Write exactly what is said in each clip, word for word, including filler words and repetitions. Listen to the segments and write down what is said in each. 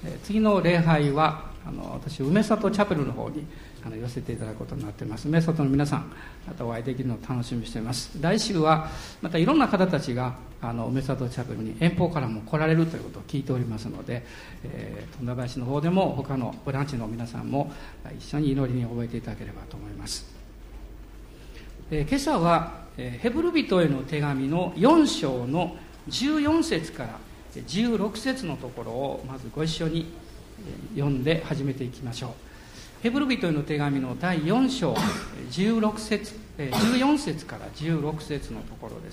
え次の礼拝はあの私梅里チャペルの方にあの寄せていただくことになっています。梅里の皆さんまたお会いできるのを楽しみにしています。来週はまたいろんな方たちがあの梅里チャペルに遠方からも来られるということを聞いておりますので、えー、富田林の方でも他のブランチの皆さんも一緒に祈りに覚えていただければと思います。えー、今朝は、えー、ヘブル人への手紙のよん章のじゅうよん節からじゅうろく節のところをまずご一緒に読んで始めていきましょう。ヘブル人への手紙のだいよん章じゅうろく節じゅうよん節からじゅうろく節のところです。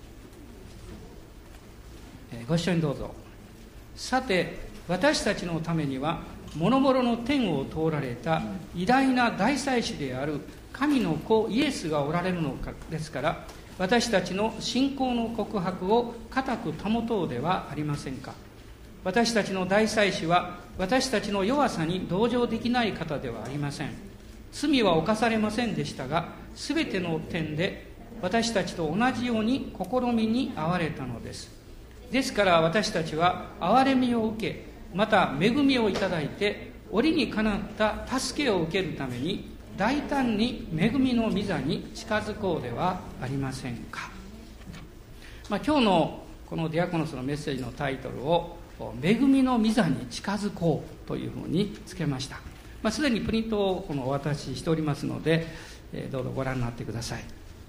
ご一緒にどうぞ。さて私たちのためには諸々の天を通られた偉大な大祭司である神の子イエスがおられるのですから、私たちの信仰の告白を固く保とうではありませんか。私たちの大祭司は私たちの弱さに同情できない方ではありません。罪は犯されませんでしたが、すべての点で私たちと同じように試みに遭われたのです。ですから私たちは憐れみを受け、また恵みをいただいて折にかなった助けを受けるために大胆に恵みの御座に近づこうではありませんか。まあ、今日のこのディアコノスのメッセージのタイトルを恵みの御座に近づこうというふうにつけました。まあ、すでにプリントをこのお渡ししておりますので、えー、どうぞご覧になってください。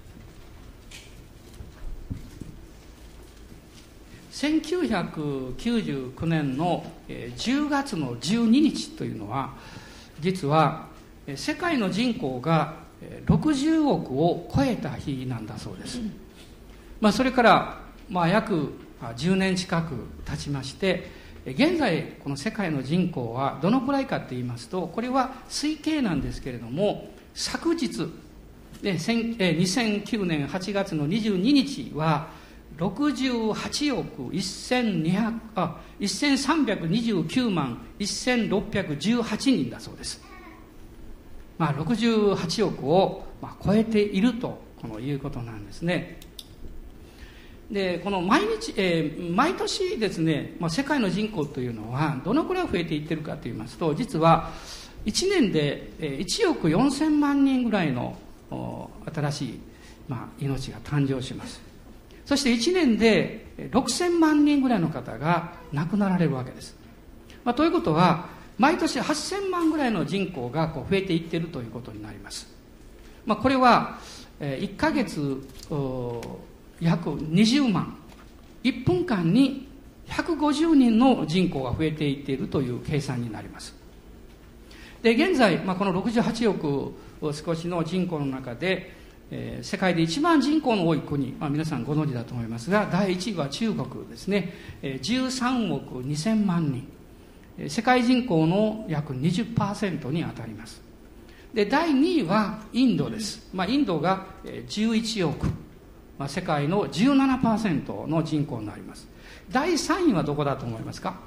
せんきゅうひゃくきゅうじゅうきゅうねんのじゅうがつのじゅうににちというのは、実は世界の人口がろくじゅうおくを超えた日なんだそうです。まあ、それからまあ約じゅうねん近く経ちまして、現在この世界の人口はどのくらいかといいますと、これは推計なんですけれども、昨日でにせんきゅうねんはちがつのにじゅうににちはろくじゅうはちおくせんさんびゃくにじゅうきゅうまんせんろっぴゃくじゅうはちにんだそうです。まあ、ろくじゅうはちおくを超えているとこのいうことなんですね。でこの毎日、えー、毎年ですね、まあ、世界の人口というのはどのくらい増えていってるかといいますと、実はいちねんでいちおくよんせんまんにんぐらいの新しい、まあ、命が誕生します。そしていちねんでろくせんまんにんぐらいの方が亡くなられるわけです。まあ、ということは毎年はっせんまんぐらいの人口がこう増えていっているということになります。まあ、これはいっかげつ約にじゅうまん、いっぷんかんにひゃくごじゅうにんの人口が増えていっているという計算になります。で現在、まあ、このろくじゅうはちおく少しの人口の中で、えー、世界で一番人口の多い国、まあ、皆さんご存知だと思いますが、だいいちいは中国ですね。えー、じゅうさんおくにせんまんにん、世界人口の約 にじゅっパーセント に当たります。でだいにいはインドです。まあ、インドがじゅういちおく、まあ、世界の じゅうななパーセント の人口になります。だいさんいはどこだと思いますか。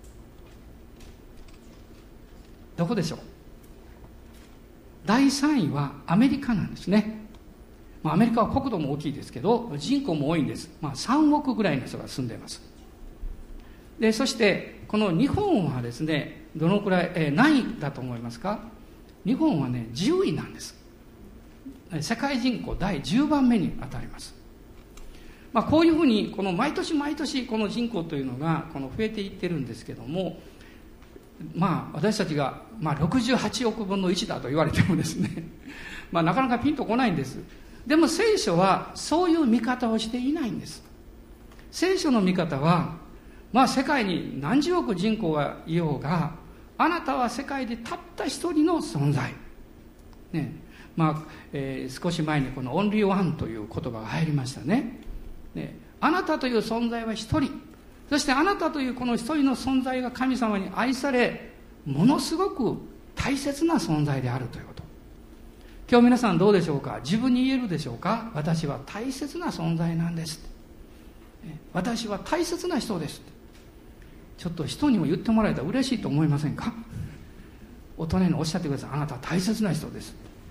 どこでしょう。だいさんいはアメリカなんですね。まあ、アメリカは国土も大きいですけど人口も多いんです。まあ、さんおくぐらいの人が住んでいます。でそしてこの日本はですね、どのくらい、えー、何位だと思いますか。日本はねじゅういなんです。世界人口だいじゅうばんめに当たります。まあ、こういうふうにこの毎年毎年この人口というのがこの増えていってるんですけども、まあ私たちがまあろくじゅうはちおくぶんのいちだと言われてもですねまあなかなかピンとこないんです。でも聖書はそういう見方をしていないんです。聖書の見方は、まあ世界に何十億人口がいようが、あなたは世界でたった一人の存在ね。まあえー、少し前にこのオンリーワンという言葉が入りましたね。ね、あなたという存在は一人、そしてあなたというこの一人の存在が神様に愛され、ものすごく大切な存在であるということ。今日皆さんどうでしょうか。自分に言えるでしょうか。私は大切な存在なんです。私は大切な人です。ちょっと人にも言ってもらえたら嬉しいと思いませんか。大人におっしゃってください。あなたは大切な人です。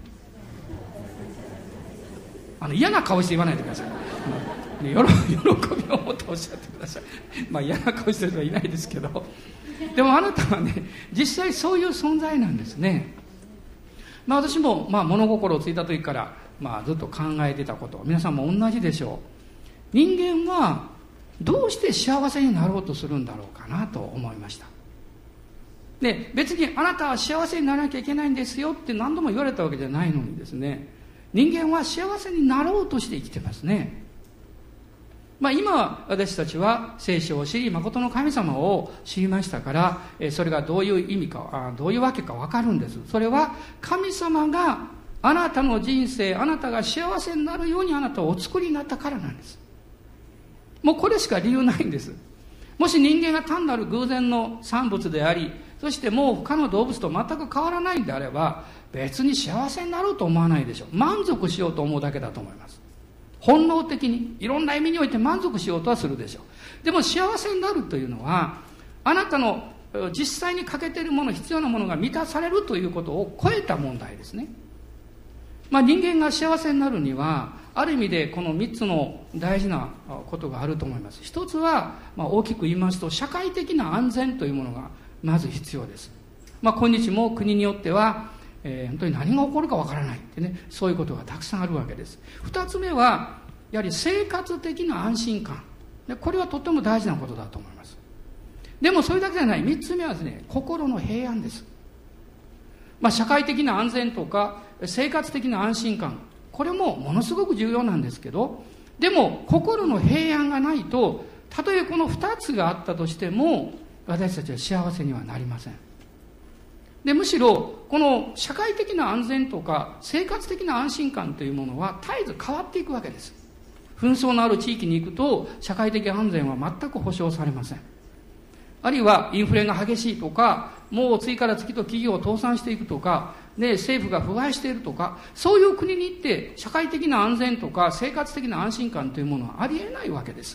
あの嫌な顔して言わないでください。喜びを持っておっしゃってください。まあ嫌な顔してる人はいないですけど、 でもあなたはね、実際そういう存在なんですね。まあ、私もまあ物心をついた時からまあずっと考えてたこと、皆さんも同じでしょう。人間はどうして幸せになろうとするんだろうかなと思いました。で、別にあなたは幸せにならなきゃいけないんですよって何度も言われたわけじゃないのにですね、人間は幸せになろうとして生きてますね。まあ、今私たちは聖書を知り、誠の神様を知りましたから、それがどういう意味か、どういうわけか分かるんです。それは神様があなたの人生、あなたが幸せになるようにあなたをお作りになったからなんです。もうこれしか理由ないんです。もし人間が単なる偶然の産物であり、そしてもう他の動物と全く変わらないんであれば、別に幸せになろうと思わないでしょう。満足しようと思うだけだと思います。本能的にいろんな意味において満足しようとはするでしょう。でも幸せになるというのは、あなたの実際に欠けているもの、必要なものが満たされるということを超えた問題ですね。まあ、人間が幸せになるにはある意味でこのみっつの大事なことがあると思います。一つは、まあ、大きく言いますと社会的な安全というものがまず必要です。まあ、今日も国によっては、えー、本当に何が起こるかわからないってね、そういうことがたくさんあるわけです。二つ目はやはり生活的な安心感で、これはとっても大事なことだと思います。でもそれだけじゃない、三つ目はですね、心の平安です。まあ、社会的な安全とか生活的な安心感、これもものすごく重要なんですけど、でも心の平安がないと、たとえこの二つがあったとしても私たちは幸せにはなりません。で、むしろこの社会的な安全とか生活的な安心感というものは絶えず変わっていくわけです。紛争のある地域に行くと社会的安全は全く保障されません。あるいはインフレが激しいとか、もう次から次と企業を倒産していくとか、ね、政府が腐敗しているとか、そういう国に行って社会的な安全とか生活的な安心感というものはありえないわけです。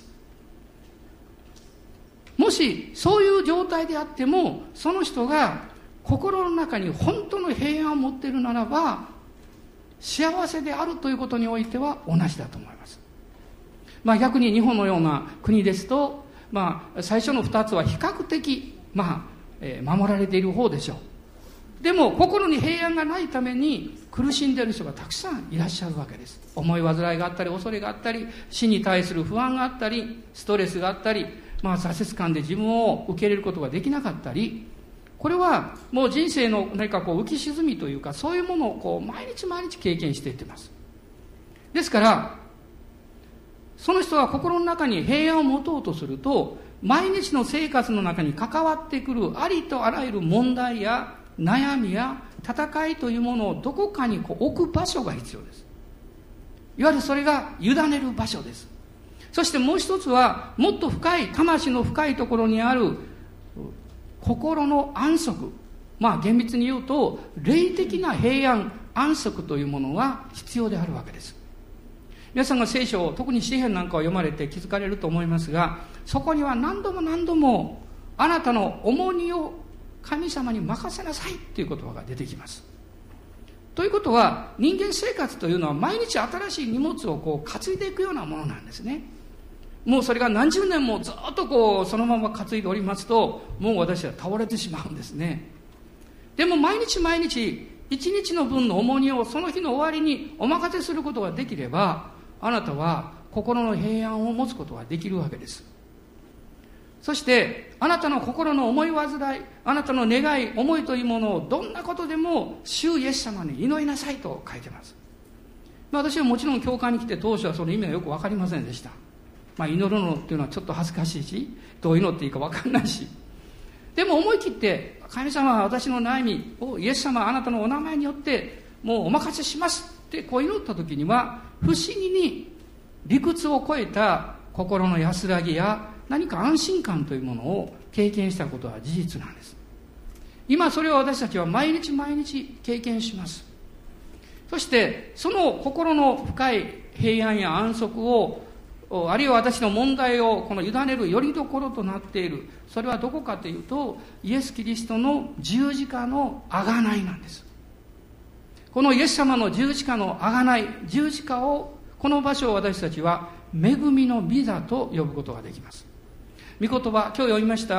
もしそういう状態であっても、その人が心の中に本当の平安を持っているならば、幸せであるということにおいては同じだと思います。まあ、逆に日本のような国ですと、まあ、最初の二つは比較的、まあえー、守られている方でしょう。でも心に平安がないために苦しんでいる人がたくさんいらっしゃるわけです。思い煩いがあったり、恐れがあったり、死に対する不安があったり、ストレスがあったり、まあ、挫折感で自分を受け入れることができなかったり、これはもう人生の何かこう浮き沈みというか、そういうものをこう毎日毎日経験していってます。ですからその人は心の中に平安を持とうとすると、毎日の生活の中に関わってくるありとあらゆる問題や悩みや戦いというものをどこかにこう置く場所が必要です。いわゆるそれが委ねる場所です。そしてもう一つは、もっと深い、魂の深いところにある心の安息、まあ厳密に言うと霊的な平安、安息というものが必要であるわけです。皆さんが聖書を、特に詩篇なんかを読まれて気づかれると思いますが、そこには何度も何度もあなたの重荷を神様に任せなさいという言葉が出てきます。ということは、人間生活というのは毎日新しい荷物をこう担いでいくようなものなんですね。もうそれが何十年もずっとこうそのまま担いでおりますと、もう私は倒れてしまうんですね。でも毎日毎日一日の分の重荷をその日の終わりにお任せすることができれば、あなたは心の平安を持つことができるわけです。そしてあなたの心の思い煩い、あなたの願い、思いというものをどんなことでも主イエス様に祈りなさいと書いてます。まあ、私はもちろん教会に来て当初はその意味はよく分かりませんでした。まあ、祈るのっていうのはちょっと恥ずかしいし、どう祈っていいか分かんないし、でも思い切って神様は私の悩みをイエス様あなたのお名前によってもうお任せしますってこう祈った時には、不思議に理屈を超えた心の安らぎや何か安心感というものを経験したことは事実なんです。今それを私たちは毎日毎日経験します。そしてその心の深い平安や安息を、あるいは私の問題をこの委ねるよりどころとなっている、それはどこかというと、イエス・キリストの十字架の贖いなんです。このイエス様の十字架の贖い、十字架を、この場所を私たちは恵みの御座と呼ぶことができます。御言葉、今日読みました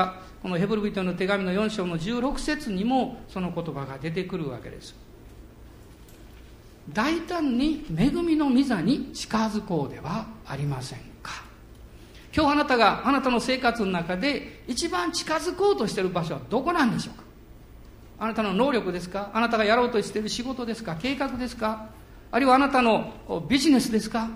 このヘブル人への手紙のよん章のじゅうろく節にもその言葉が出てくるわけです。大胆に恵みの御座に近づこうではありませんか。今日あなたがあなたの生活の中で一番近づこうとしている場所はどこなんでしょうか。あなたの能力ですか。あなたがやろうとしている仕事ですか。計画ですか。あるいはあなたのビジネスですか。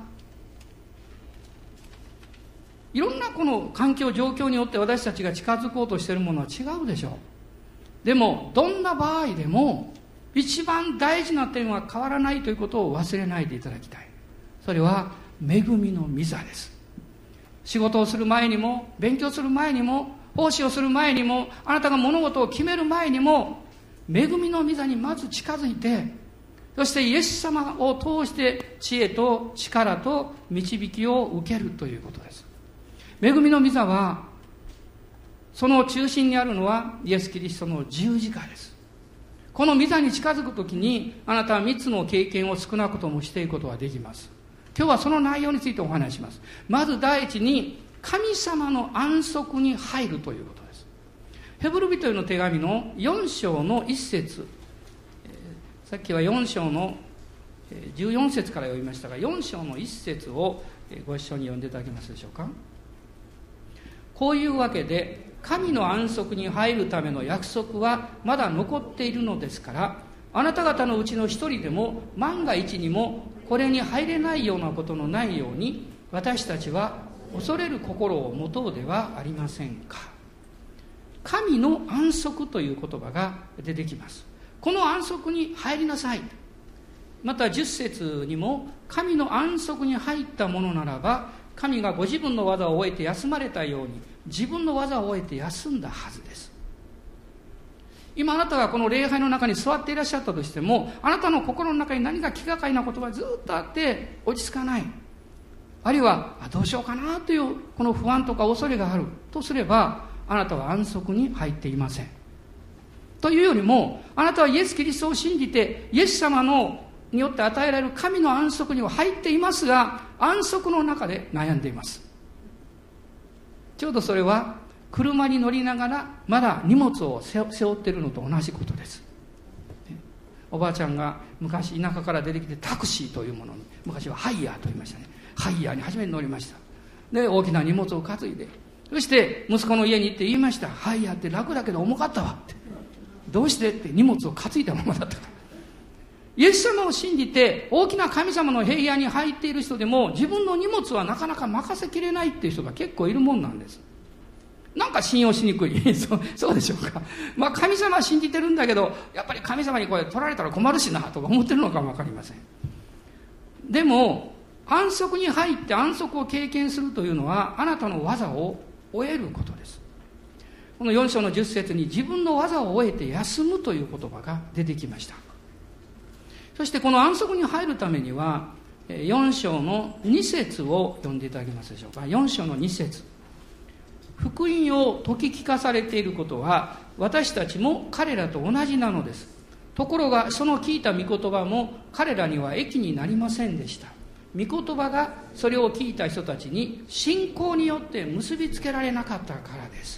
いろんなこの環境状況によって私たちが近づこうとしているものは違うでしょう。でもどんな場合でも一番大事な点は変わらないということを忘れないでいただきたい。それは恵みの御座です。仕事をする前にも、勉強する前にも、奉仕をする前にも、あなたが物事を決める前にも、恵みの御座にまず近づいて、そしてイエス様を通して知恵と力と導きを受けるということです。恵みの御座は、その中心にあるのはイエス・キリストの十字架です。この御座に近づくときに、あなたは三つの経験を少なくともしていくことができます。今日はその内容についてお話しします。まず第一に、神様の安息に入るということです。ヘブル人への手紙のよん章のいち節、さっきはよん章のじゅうよん節から読みましたが、よん章のいち節をご一緒に読んでいただけますでしょうか。こういうわけで、神の安息に入るための約束はまだ残っているのですから、あなた方のうちの一人でも万が一にもこれに入れないようなことのないように、私たちは恐れる心を持とうではありませんか。神の安息という言葉が出てきます。この安息に入りなさい。またじゅっ節にも、神の安息に入ったものならば、神がご自分の技を終えて休まれたように、自分の技を終えて休んだはずです。今あなたがこの礼拝の中に座っていらっしゃったとしても、あなたの心の中に何か気がかりなことがずっとあって落ち着かない、あるいはどうしようかなというこの不安とか恐れがあるとすれば、あなたは安息に入っていません。というよりも、あなたはイエス・キリストを信じて、イエス様のによって与えられる神の安息には入っていますが、安息の中で悩んでいます。ちょうどそれは車に乗りながらまだ荷物を背負っているのと同じことです。おばあちゃんが昔田舎から出てきて、タクシーというものに、昔はハイヤーと言いましたね。ハイヤーに初めて乗りました。で、大きな荷物を担いで、そして息子の家に行って言いました。ハイヤーって楽だけど重かったわって。どうしてって、荷物を担いだままだったから。イエス様を信じて大きな神様の平野に入っている人でも、自分の荷物はなかなか任せきれないっていう人が結構いるもんなんです。なんか信用しにくいそう、そうでしょうか。まあ神様は信じてるんだけど、やっぱり神様にこれ取られたら困るしなとか思ってるのかもわかりません。でも安息に入って安息を経験するというのは、あなたの技を終えることです。このよん章のじゅっ節に、自分の技を終えて休むという言葉が出てきました。そしてこの安息に入るためには、よん章のに節を読んでいただけますでしょうか。よん章のに節、福音を説き聞かされていることは私たちも彼らと同じなのです。ところがその聞いた御言葉も彼らには益になりませんでした。御言葉がそれを聞いた人たちに信仰によって結びつけられなかったからです。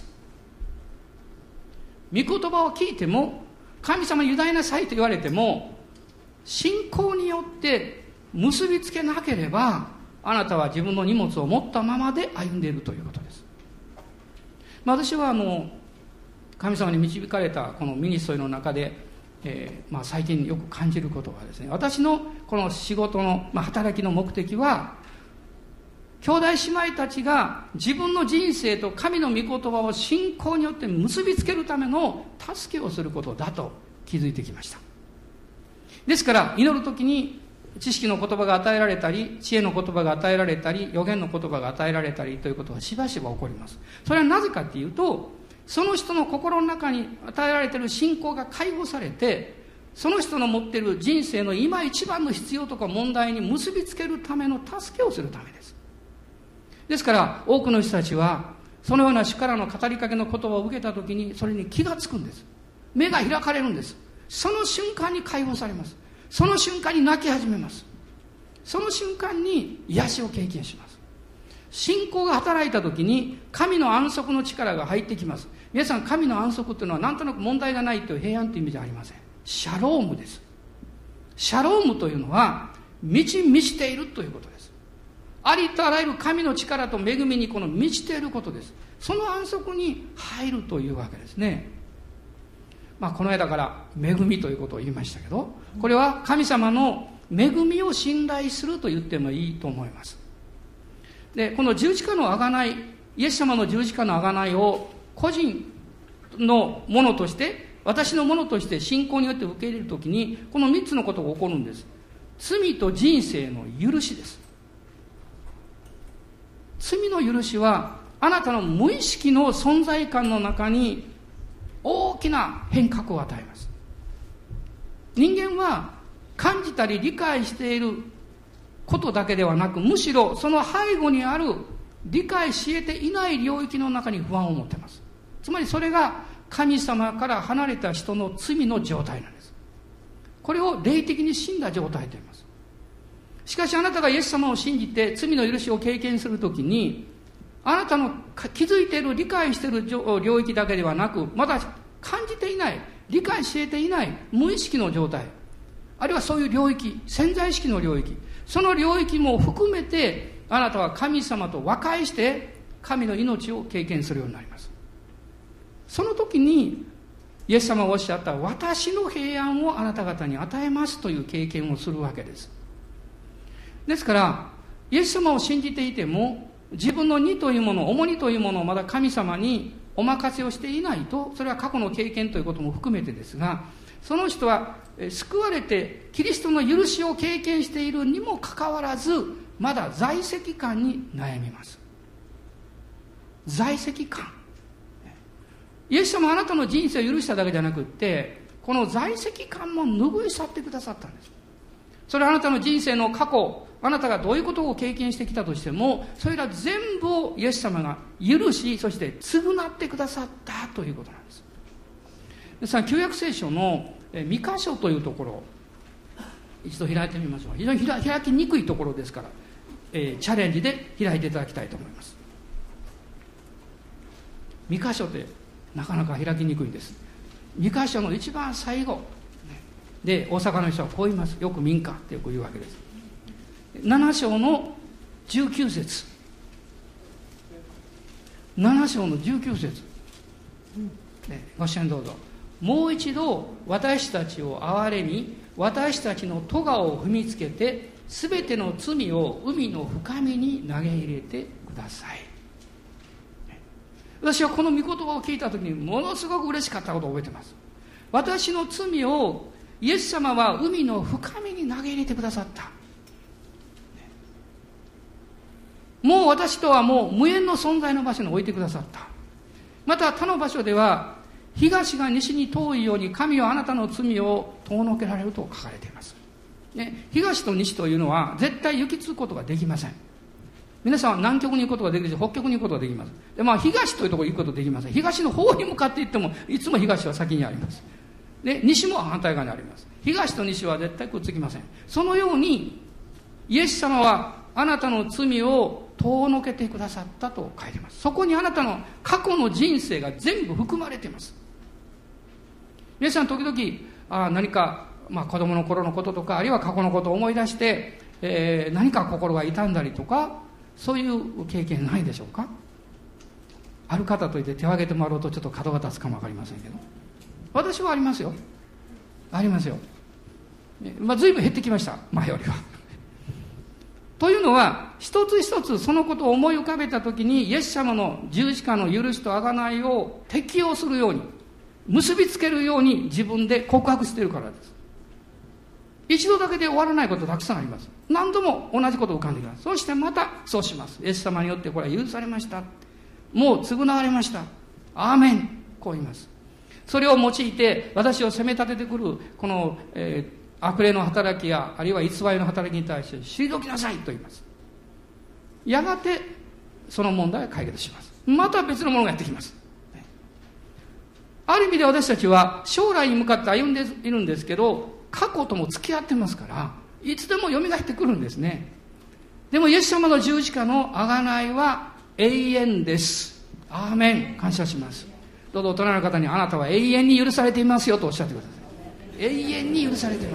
御言葉を聞いても、神様に委ねなさいと言われても、信仰によって結びつけなければ、あなたは自分の荷物を持ったままで歩んでいるということです。まあ、私はあの神様に導かれたこのミニストリーの中で、えーまあ、最近よく感じることはですね、私のこの仕事の、まあ、働きの目的は、兄弟姉妹たちが自分の人生と神の御言葉を信仰によって結びつけるための助けをすることだと気づいてきました。ですから祈るときに知識の言葉が与えられたり、知恵の言葉が与えられたり、予言の言葉が与えられたりということがしばしば起こります。それはなぜかっていうと、その人の心の中に与えられている信仰が解放されて、その人の持っている人生の今一番の必要とか問題に結びつけるための助けをするためです。ですから多くの人たちはそのような主からの語りかけの言葉を受けたときに、それに気がつくんです。目が開かれるんです。その瞬間に解放されます。その瞬間に泣き始めます。その瞬間に癒しを経験します。信仰が働いたときに神の安息の力が入ってきます。 皆さん、神の安息というのは何となく問題がないという平安という意味じゃありません。シャロームです。シャロームというのは満ち満ちているということです。ありとあらゆる神の力と恵みにこの満ちていることです。その安息に入るというわけですね。まあこの間から恵みということを言いましたけど、これは神様の恵みを信頼すると言ってもいいと思います。で、この十字架の贖い、イエス様の十字架の贖いを個人のものとして、私のものとして信仰によって受け入れるときに、このみっつのことが起こるんです。罪と人生の許しです。罪の許しはあなたの無意識の存在感の中に大きな変革を与えます。人間は感じたり理解していることだけではなく、むしろその背後にある理解し得ていない領域の中に不安を持っています。つまりそれが神様から離れた人の罪の状態なんです。これを霊的に死んだ状態と言います。しかしあなたがイエス様を信じて罪の許しを経験するときに、あなたの気づいている理解している領域だけではなく、まだ感じていない、理解し得ていない無意識の状態、あるいはそういう領域、潜在意識の領域、その領域も含めてあなたは神様と和解して神の命を経験するようになります。その時にイエス様がおっしゃった私の平安をあなた方に与えますという経験をするわけです。ですからイエス様を信じていても自分の義というもの、重荷というものをまだ神様にお任せをしていないと、それは過去の経験ということも含めてですが、その人は救われてキリストの許しを経験しているにもかかわらず、まだ在籍感に悩みます。在籍感、イエス様はあなたの人生を許しただけじゃなくって、この在籍感も拭い去ってくださったんです。それはあなたの人生の過去、あなたがどういうことを経験してきたとしても、それら全部をイエス様が許し、そして償ってくださったということなんです。ですから旧約聖書のミカ書というところを一度開いてみましょう。非常に開きにくいところですから、えー、チャレンジで開いていただきたいと思います。ミカ書ってなかなか開きにくいんです。ミカ書の一番最後で大阪の人はこう言います。よく民家ってよく言うわけです。なな章のじゅうきゅう節、なな章のじゅうきゅう節、ね、ご支援どうぞ。もう一度私たちを憐れみ、私たちの咎を踏みつけて、すべての罪を海の深みに投げ入れてください。私はこの御言葉を聞いたときにものすごく嬉しかったことを覚えています。私の罪をイエス様は海の深みに投げ入れてくださった。もう私とはもう無縁の存在の場所に置いてくださった。また他の場所では、東が西に遠いように神はあなたの罪を遠のけられると書かれています、ね、東と西というのは絶対行き着くことができません。皆さんは南極に行くことができるし、北極に行くことができます。で、まあ、東というところに行くことができません。東の方に向かって行ってもいつも東は先にあります。で、西も反対側にあります。東と西は絶対くっつきません。そのようにイエス様はあなたの罪を遠のけてくださったと書いています。そこにあなたの過去の人生が全部含まれています。皆さん時々あ何か、まあ、子供の頃のこととか、あるいは過去のことを思い出して、えー、何か心が痛んだりとか、そういう経験ないでしょうか。ある方といって手を挙げてもらうとちょっと角が立つかも分かりませんけど、私はありますよ。ありますよ。まあ、随分減ってきました、前よりは。というのは、一つ一つそのことを思い浮かべたときに、イエス様の十字架の許しと贖いを適用するように、結びつけるように自分で告白しているからです。一度だけで終わらないことたくさんあります。何度も同じことを浮かんできます。そしてまたそうします。イエス様によってこれは許されました。もう償われました。アーメン。こう言います。それを用いて私を責め立ててくるこの、えー、悪霊の働きやあるいは偽りの働きに対して退きなさいと言います。やがてその問題は解決します。また別のものがやってきます。ある意味で私たちは将来に向かって歩んでいるんですけど、過去とも付き合ってますから、いつでも蘇ってくるんですね。でもイエス様の十字架の贖いは永遠です。アーメン。感謝します。 どうぞ大人の方に、あなたは永遠に許されていますよとおっしゃってください。永遠に許されています。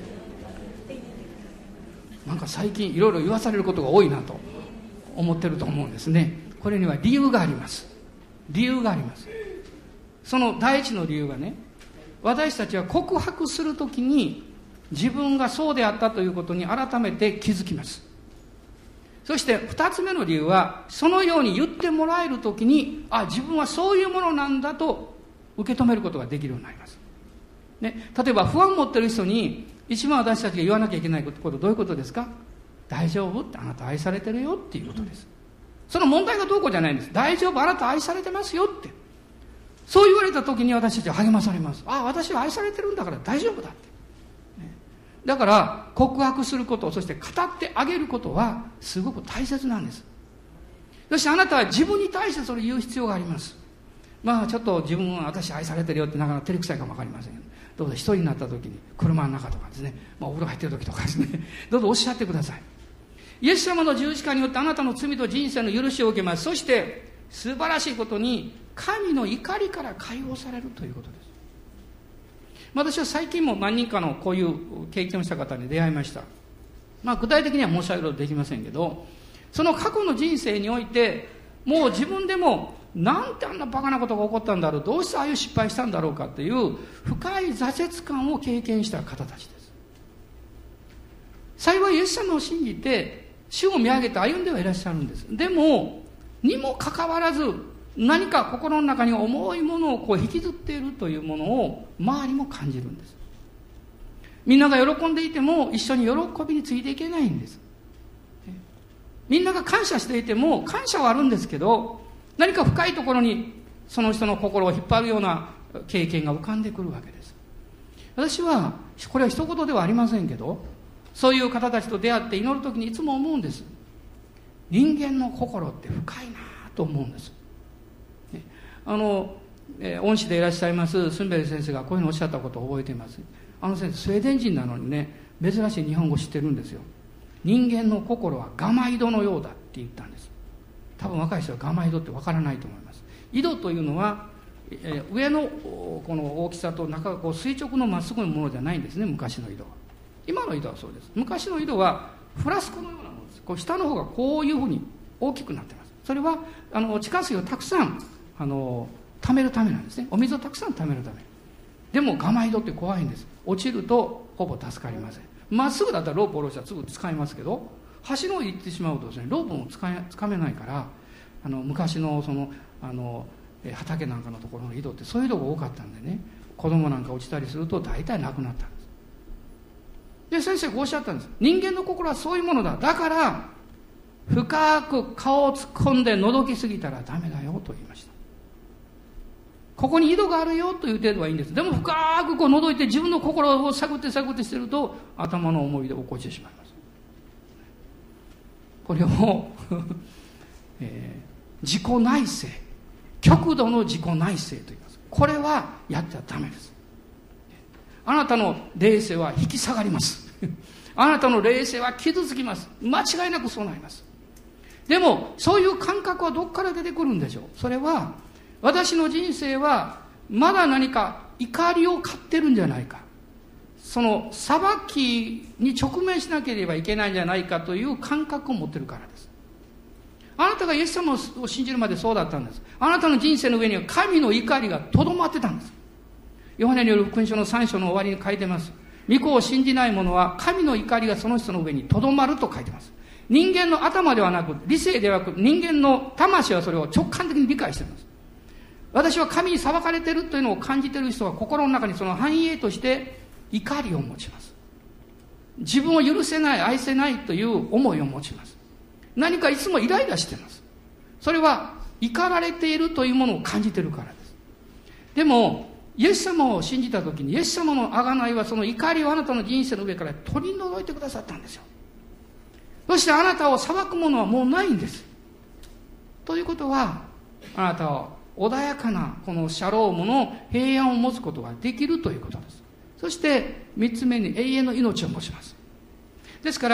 なんか最近いろいろ言わされることが多いなと思ってると思うんですね。これには理由があります。理由があります。その第一の理由がね、私たちは告白するときに自分がそうであったということに改めて気づきます。そして二つ目の理由は、そのように言ってもらえるときに、あ、自分はそういうものなんだと受け止めることができるようになります、ね、例えば不安を持っている人に一番私たちが言わなきゃいけないこと、どういうことですか？大丈夫って、あなた愛されてるよっていうことです。その問題がどうこうじゃないんです。大丈夫、あなた愛されてますよって、そう言われた時に私たちは励まされます。あ、私は愛されてるんだから大丈夫だって、ね、だから告白すること、そして語ってあげることはすごく大切なんです。そしてあなたは自分に対してそれを言う必要があります。まあちょっと自分は私愛されてるよってなかなか照れくさいかもわかりませんけど、どうぞ一人になった時に車の中とかですね、まあ、お風呂入ってる時とかですね、どうぞおっしゃってください。イエス様の十字架によってあなたの罪と人生の許しを受けます。そして素晴らしいことに神の怒りから解放されるということです。私は最近も何人かのこういう経験をした方に出会いました。まあ具体的には申し上げることできませんけど、その過去の人生においてもう自分でもなんてあんなバカなことが起こったんだろう、どうしてああいう失敗したんだろうかという深い挫折感を経験した方たちです。幸いイエス様を信じて主を見上げて歩んではいらっしゃるんです。でもにもかかわらず何か心の中に重いものをこう引きずっているというものを周りも感じるんです。みんなが喜んでいても一緒に喜びについていけないんです。みんなが感謝していても感謝はあるんですけど、何か深いところにその人の心を引っ張るような経験が浮かんでくるわけです。私はこれは一言ではありませんけど、そういう方たちと出会って祈るときにいつも思うんです。人間の心って深いなと思うんです。ね、あの、えー、恩師でいらっしゃいますスンベル先生がこういうのをおっしゃったことを覚えています。あの先生スウェーデン人なのにね、珍しい日本語知ってるんですよ。人間の心はガマ井戸のようだって言ったんです。多分若い人はガマ井戸ってわからないと思います。井戸というのは、えー、上のこの大きさと中がこう垂直のまっすぐのものじゃないんですね、昔の井戸は。今の井戸はそうです。昔の井戸はフラスコのようなものです。こう下の方がこういうふうに大きくなっています。それはあの地下水をたくさんあの溜めるためなんですね。お水をたくさん溜めるため。でもガマ井戸って怖いんです。落ちるとほぼ助かりません。まっすぐだったらロープを下ろしたらすぐ使いますけど、橋の上に行ってしまうとですね、ロープも使え、掴めないから、あの昔のそのあの畑なんかのところの井戸ってそういう井戸が多かったんでね、子供なんか落ちたりすると大体なくなったんです。で先生こうおっしゃったんです。人間の心はそういうものだ。だから深く顔を突っ込んで覗きすぎたらダメだよと言いました。ここに井戸があるよという程度はいいんです。でも深くこう覗いて自分の心を探って探ってしてると頭の思い出を起こしてしまいます。これを、えー、自己内省、極度の自己内省と言います。これはやってはダメです。あなたの霊性は引き下がります。あなたの霊性は傷つきます。間違いなくそうなります。でもそういう感覚はどこから出てくるんでしょう。それは私の人生はまだ何か怒りを買ってるんじゃないか、その裁きに直面しなければいけないんじゃないかという感覚を持ってるからです。あなたがイエス様を信じるまでそうだったんです。あなたの人生の上には神の怒りがとどまってたんです。ヨハネによる福音書のさん章の終わりに書いてます。御子を信じない者は神の怒りがその人の上にとどまると書いてます。人間の頭ではなく理性ではなく人間の魂はそれを直感的に理解しています。私は神に裁かれているというのを感じている人は心の中にその繁栄として怒りを持ちます。自分を許せない、愛せないという思いを持ちます。何かいつもイライラしています。それは怒られているというものを感じているからです。でもイエス様を信じたときにイエス様の贖いはその怒りをあなたの人生の上から取り除いてくださったんですよ。そしてあなたを裁くものはもうないんです。ということはあなたは穏やかなこのシャロームの平安を持つことができるということです。そして三つ目に永遠の命を持ちます。ですから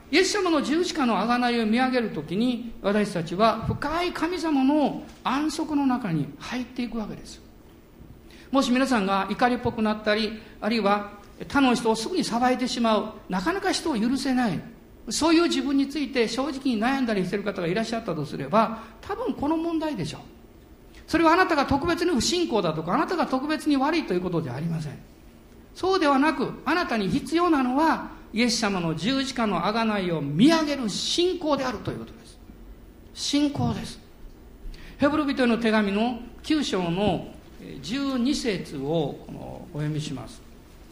イエス様の十字架の贖いを見上げるときに、私たちは深い神様の安息の中に入っていくわけです。もし皆さんが怒りっぽくなったり、あるいは他の人をすぐに裁いてしまう、なかなか人を許せない、そういう自分について正直に悩んだりしている方がいらっしゃったとすれば、多分この問題でしょう。それはあなたが特別に不信仰だとか、あなたが特別に悪いということではありません。そうではなく、あなたに必要なのはイエス様の十字架の贖いを見上げる信仰であるということです。信仰です。ヘブル人への手紙のきゅう章のじゅうに節をお読みします。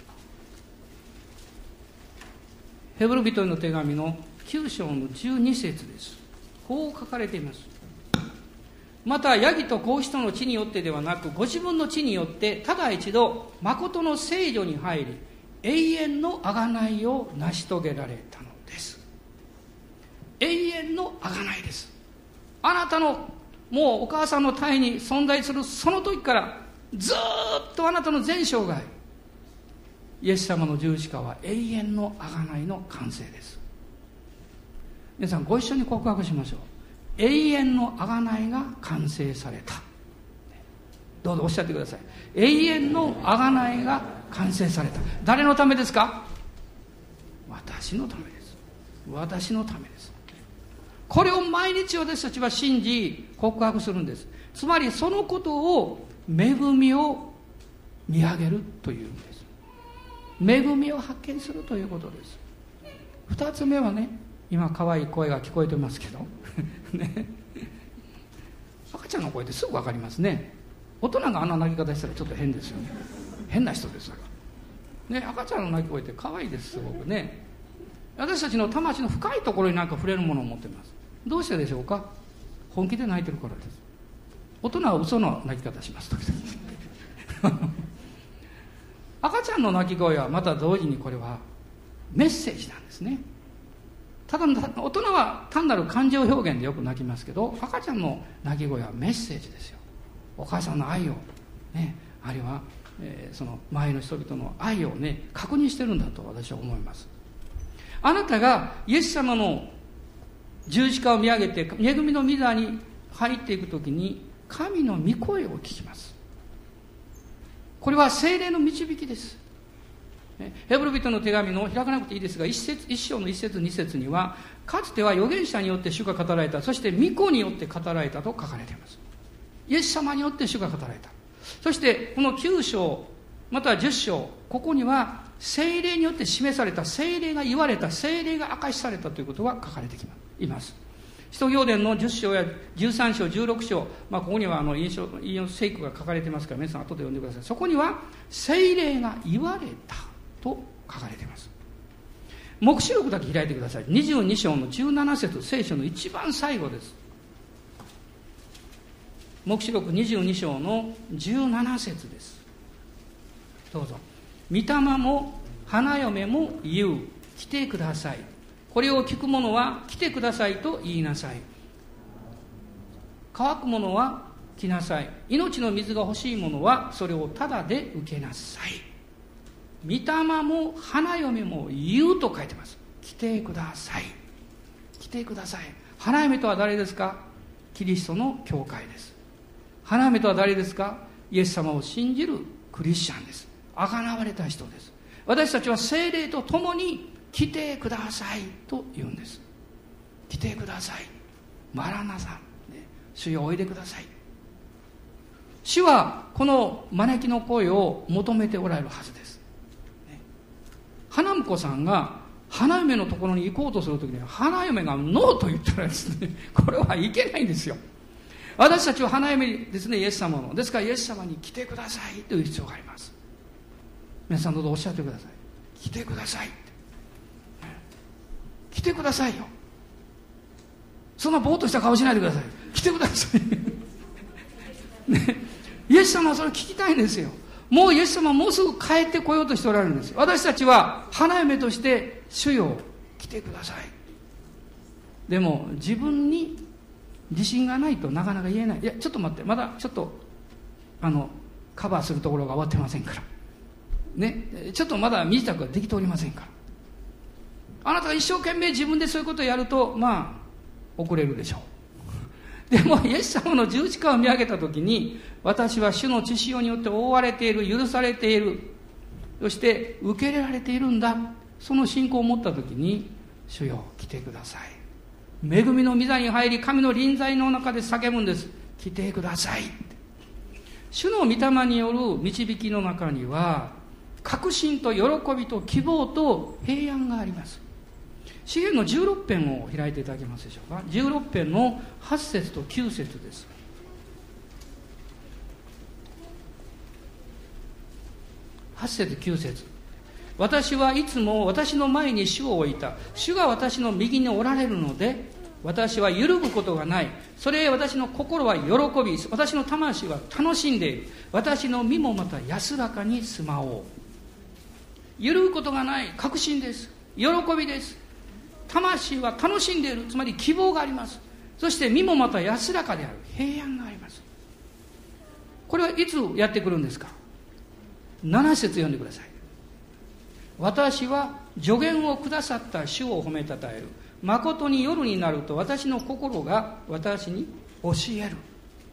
ヘブル人への手紙のきゅう章のじゅうに節です。こう書かれています。またヤギと子牛との地によってではなく、ご自分の地によってただ一度誠の聖所に入り、永遠の贖いを成し遂げられたのです。永遠の贖いです。あなたのもうお母さんの胎に存在するその時からずっとあなたの全生涯、イエス様の十字架は永遠の贖いの完成です。皆さんご一緒に告白しましょう。永遠の贖いが完成された。どうぞおっしゃってください。永遠の贖いが完成された。誰のためですか？私のためです。私のためです。これを毎日私たちは信じ告白するんです。つまりそのことを恵みを見上げるというんです。恵みを発見するということです。二つ目はね、今可愛い声が聞こえてますけどね、赤ちゃんの声ってすぐ分かりますね。大人があんな泣き方したらちょっと変ですよね。変な人ですから、ね、赤ちゃんの泣き声って可愛いです。すごくね、私たちの魂の深いところになんか触れるものを持っています。どうしてでしょうか？本気で泣いてるからです。大人は嘘の泣き方します時々赤ちゃんの泣き声はまた同時にこれはメッセージなんですね。ただ大人は単なる感情表現でよく泣きますけど、赤ちゃんの泣き声はメッセージですよ。お母さんの愛を、ね、あるいは、えー、その前の人々の愛をね確認してるんだと私は思います。あなたがイエス様の十字架を見上げて恵みの御座に入っていくときに神の御声を聞きます。これは聖霊の導きです。ヘブル人の手紙の開かなくていいですが、一節一章の一節二節には、かつては預言者によって主が語られた、そして御子によって語られたと書かれています。イエス様によって主が語られた。そしてこのきゅう章またはじゅっ章、ここには聖霊によって示された、聖霊が言われた、聖霊が明かしされたということが書かれています。使徒行伝のじゅっ章やじゅうさん章じゅうろく章、まあ、ここにはあの引用引用聖句が書かれていますから、皆さん後で読んでください。そこには聖霊が言われたと書かれています。黙示録だけ開いてください。にじゅうに章のじゅうなな節、聖書の一番最後です。黙示録にじゅうに章のじゅうなな節です。どうぞ。御霊も花嫁も言う、来てください。これを聞く者は来てくださいと言いなさい。乾く者は来なさい。命の水が欲しい者はそれをただで受けなさい。御霊も花嫁も言うと書いてます。来てください。来てください。花嫁とは誰ですか？キリストの教会です。花嫁とは誰ですか？イエス様を信じるクリスチャンです。贖われた人です。私たちは聖霊と共に来てくださいと言うんです。来てください。マラナサ、ね、主よおいでください。主はこの招きの声を求めておられるはずです。ね、花婿さんが花嫁のところに行こうとするときに花嫁がノーと言ったらですね、これはいけないんですよ。私たちは花嫁ですね、イエス様の。ですからイエス様に来てくださいという必要があります。皆さんどうぞおっしゃってください。来てください。来てくださいよ。そんなぼーっとした顔しないでください。来てください、ね、イエス様はそれを聞きたいんですよ。もうイエス様はもうすぐ帰ってこようとしておられるんですよ。私たちは花嫁として主よ来てください。でも自分に自信がないとなかなか言えない。いやちょっと待って、まだちょっとあのカバーするところが終わってませんからね、ちょっとまだ身支度ができておりませんから。 あなたが一生懸命自分でそういうことをやると、まあ遅れるでしょう。でもイエス様の十字架を見上げたときに、私は主の血潮によって覆われている、許されている、そして受け入れられているんだ、その信仰を持ったときに、主よ来てください、恵みの御座に入り神の臨在の中で叫ぶんです。来てください。主の御霊による導きの中には確信と喜びと希望と平安があります。詩篇のじゅうろく編を開いていただけますでしょうか。じゅうろく編のはち節ときゅう節です。はち節きゅう節。私はいつも私の前に主を置いた。主が私の右におられるので私は揺るぐことがない。それへ私の心は喜び、私の魂は楽しんでいる。私の身もまた安らかに住まおう。揺るぐことがない確信です。喜びです。魂は楽しんでいる、つまり希望があります。そして身もまた安らかである、平安があります。これはいつやってくるんですか。なな節読んでください。私は助言をくださった主を褒めたたえる。誠に夜になると私の心が私に教える。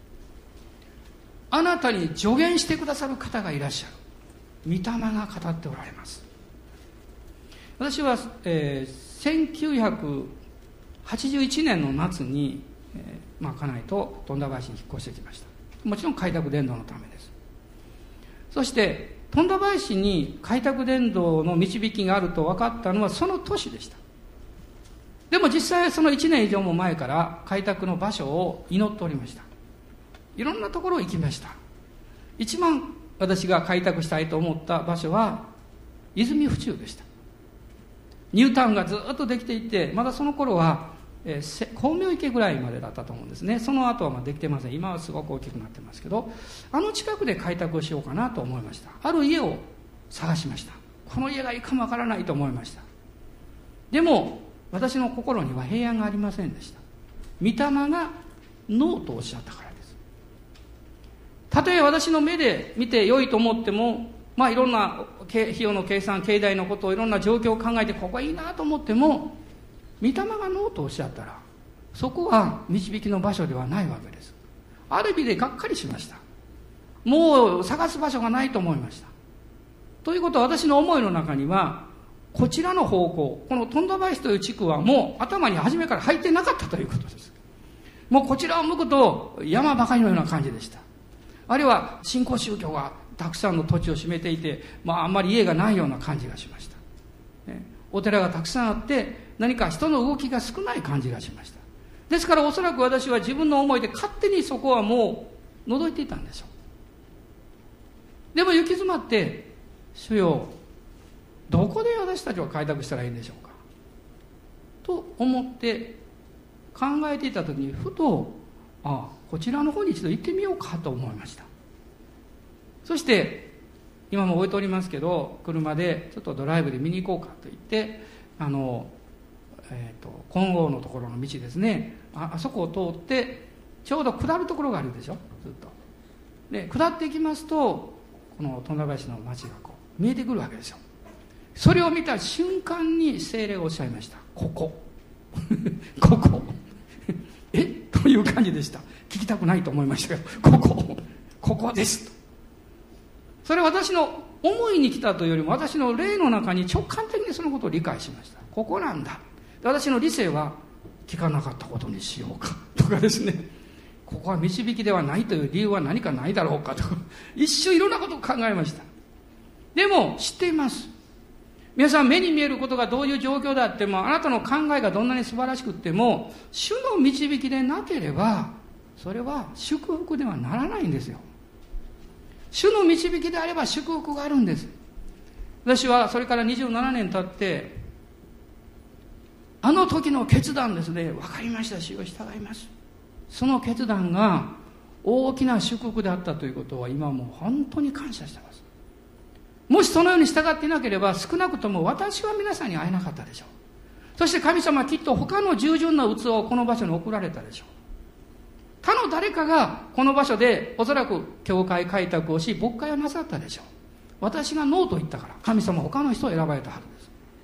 あなたに助言してくださる方がいらっしゃる。御霊が語っておられます。私は、えー、せんきゅうひゃくはちじゅういちねんの夏に、えーまあ、家内と富田林に引っ越してきました。もちろん開拓伝道のためです。そして富田林に開拓伝道の導きがあると分かったのはその年でした。でも実際そのいちねん以上も前から開拓の場所を祈っておりました。いろんなところ行きました。一番私が開拓したいと思った場所は泉府中でした。ニュータウンがずっとできていて、まだその頃は、えー、光明池ぐらいまでだったと思うんですね。その後はまあできてません。今はすごく大きくなってますけど、あの近くで開拓をしようかなと思いました。ある家を探しました。この家がいいかもわからないと思いました。でも私の心には平安がありませんでした。御霊がノーとおっしゃったからです。たとえ私の目で見て良いと思っても、まあいろんな費用の計算、経済のことをいろんな状況を考えてここはいいなと思っても、御霊がノーとおっしゃったらそこは導きの場所ではないわけです。ある意味でがっかりしました。もう探す場所がないと思いました。ということは私の思いの中にはこちらの方向、この富田林という地区はもう頭に初めから入ってなかったということです。もうこちらを向くと山ばかりのような感じでした。あるいは新興宗教がたくさんの土地を占めていて、まあ、あんまり家がないような感じがしました、ね、お寺がたくさんあって何か人の動きが少ない感じがしました。ですからおそらく私は自分の思いで勝手にそこはもう覗いていたんでしょう。でも行き詰まって主よどこで私たちは開拓したらいいんでしょうかと思って考えていた時にふと、ああこちらの方に一度行ってみようかと思いました。そして今も置いておりますけど、車でちょっとドライブで見に行こうかと言ってあの、えーと、金剛のところの道ですね、 あ, あそこを通ってちょうど下るところがあるでしょ。ずっとで下っていきますとこの富田林の町がこう見えてくるわけですよ。それを見た瞬間に聖霊がおっしゃいました。ここここえという感じでした。聞きたくないと思いましたけど、ここここですと。それは私の思いに来たというよりも私の霊の中に直感的にそのことを理解しました。ここなんだ。私の理性は聞かなかったことにしようかとかですね、ここは導きではないという理由は何かないだろうかとか一瞬いろんなことを考えました。でも知っています。皆さん目に見えることがどういう状況であっても、あなたの考えがどんなに素晴らしくっても主の導きでなければそれは祝福ではならないんですよ。主の導きであれば祝福があるんです。私はそれからにじゅうななねん経ってあの時の決断ですね、分かりました、主を従います、その決断が大きな祝福であったということは今もう本当に感謝しています。もしそのように従っていなければ少なくとも私は皆さんに会えなかったでしょう。そして神様はきっと他の従順な器をこの場所に送られたでしょう。他の誰かがこの場所でおそらく教会開拓をし牧会をなさったでしょう。私がノーと言ったから神様は他の人を選ばれたはずです。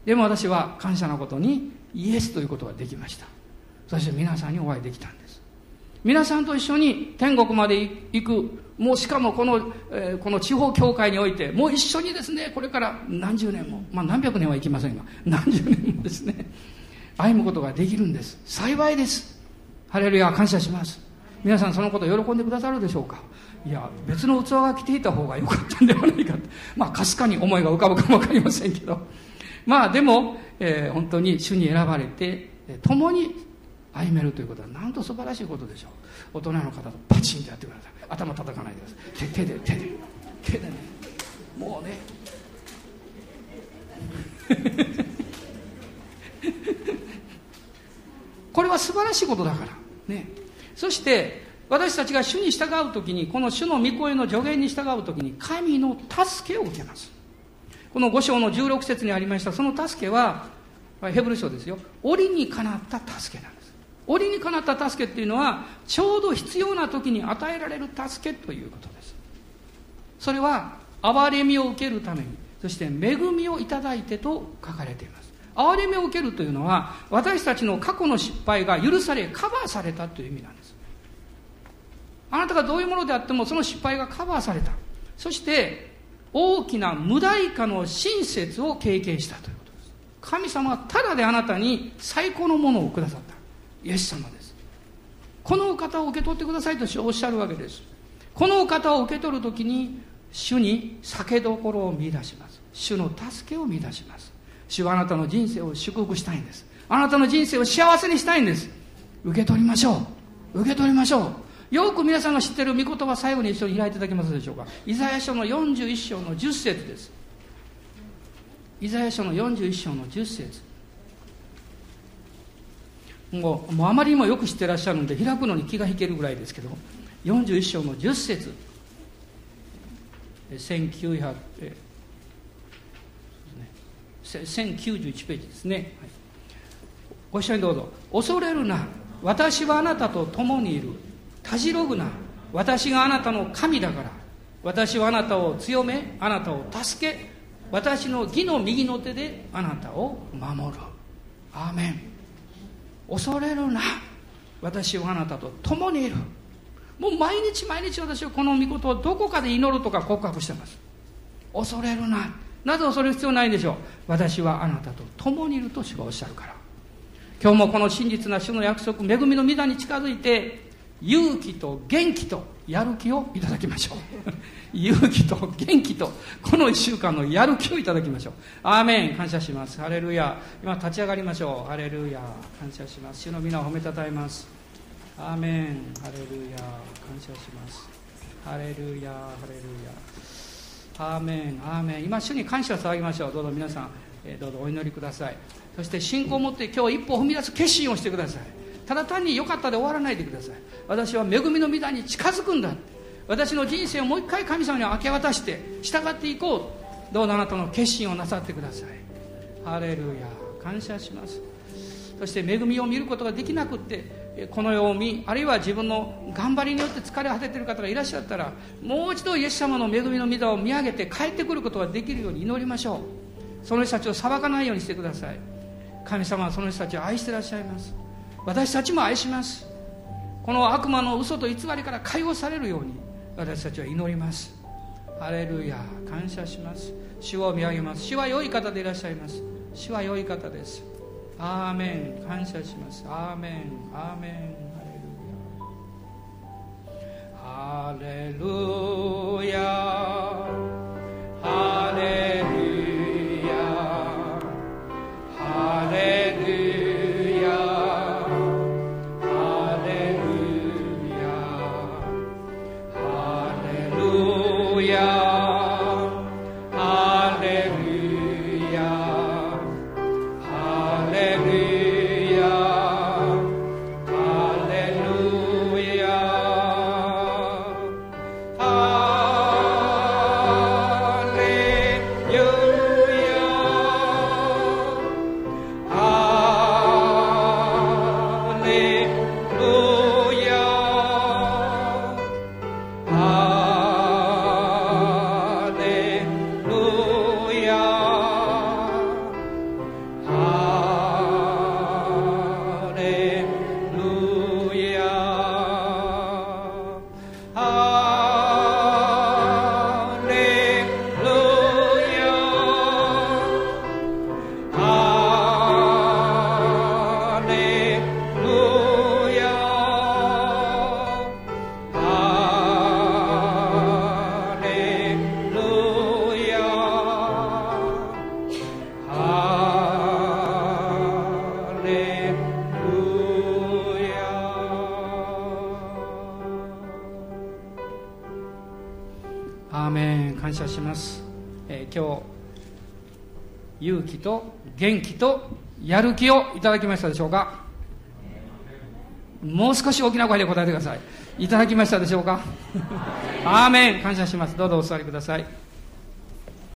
でも私は感謝のことにイエスということができました。そして皆さんにお会いできたんです。皆さんと一緒に天国まで行く、もうしかもこの、えー、この地方教会においてもう一緒にですね、これから何十年も、まあ何百年はいきませんが何十年もですね歩むことができるんです。幸いです。ハレルヤ、感謝します。皆さんそのことを喜んでくださるでしょうか。いや、別の器が来ていた方が良かったんではないか、まあかすかに思いが浮かぶかも分かりませんけど、まあでも、えー、本当に主に選ばれて共に歩めるということはなんと素晴らしいことでしょう。大人の方とパチンとやってください。頭叩かないでください。手で手で手でね、もうねこれは素晴らしいことだからね。そして私たちが主に従うときに、この主の御声の助言に従うときに神の助けを受けます。このご章のじゅうろく節にありましたその助けはヘブル書ですよ、折にかなった助けなんです。折にかなった助けっていうのはちょうど必要な時に与えられる助けということです。それは憐れみを受けるために、そして恵みをいただいてと書かれています。憐れみを受けるというのは私たちの過去の失敗が許されカバーされたという意味なんです。あなたがどういうものであってもその失敗がカバーされた、そして大きな無代価の親切を経験したということです。神様はただであなたに最高のものをくださったイエス様です。このお方を受け取ってくださいと主はおっしゃるわけです。このお方を受け取るときに主に酒どころを見出します。主の助けを見出します。主はあなたの人生を祝福したいんです。あなたの人生を幸せにしたいんです。受け取りましょう。受け取りましょう。よく皆さんが知っている御言葉、最後に一緒に開いていただけますでしょうか。イザヤ書のよんじゅういっ章のじゅっ節です。イザヤ書のよんじゅういっ章のじゅっ節、もう、もうあまりにもよく知ってらっしゃるので開くのに気が引けるぐらいですけど、よんじゅういっ章のじゅっ節、せんきゅうひゃく、えせんきゅうじゅういちページですね、はい、ご一緒にどうぞ。恐れるな、私はあなたと共にいる。たじろぐな、私があなたの神だから。私はあなたを強め、あなたを助け、私の義の右の手であなたを守る。アーメン。恐れるな、私はあなたと共にいる。もう毎日毎日私はこの御事をどこかで祈るとか告白してます。恐れるな、なぜ恐れる必要ないんでしょう。私はあなたと共にいると主がおっしゃるから。今日もこの真実な主の約束、恵みの御座に近づいて勇気と元気とやる気をいただきましょう勇気と元気とこの一週間のやる気をいただきましょう。アーメン。感謝します。ハレルヤ。今立ち上がりましょう。ハレルヤ。感謝します。主の皆を褒めたたえます。アーメン。ハレルヤ。感謝します。ハレルヤ。ハレルヤ。アーメン。アーメン。今主に感謝を捧げましょう。どうぞ皆さん、えー、どうぞお祈りください。そして信仰を持って今日一歩踏み出す決心をしてください。ただ単に良かったで終わらないでください。私は恵みの御座に近づくんだ。私の人生をもう一回神様に明け渡して従っていこう。どうぞあなたの決心をなさってください。ハレルヤ。感謝します。そして恵みを見ることができなくってこの世を見、あるいは自分の頑張りによって疲れ果てている方がいらっしゃったら、もう一度イエス様の恵みの御座を見上げて帰ってくることができるように祈りましょう。その人たちを裁かないようにしてください。神様はその人たちを愛していらっしゃいます。私たちも愛します。この悪魔の嘘と偽りから解放されるように私たちは祈ります。ハレルヤ。感謝します。主を見上げます。主は良い方でいらっしゃいます。主は良い方です。アーメン。感謝します。アーメン。アーメン。ハレルヤ。ハレルヤ。ハレルヤ。 Hallelujah. 感謝します。えー、今日勇気と元気とやる気をいただきましたでしょうか。もう少し大きな声で答えてください。いただきましたでしょうか。アーメン。感謝します。どうぞお座りください。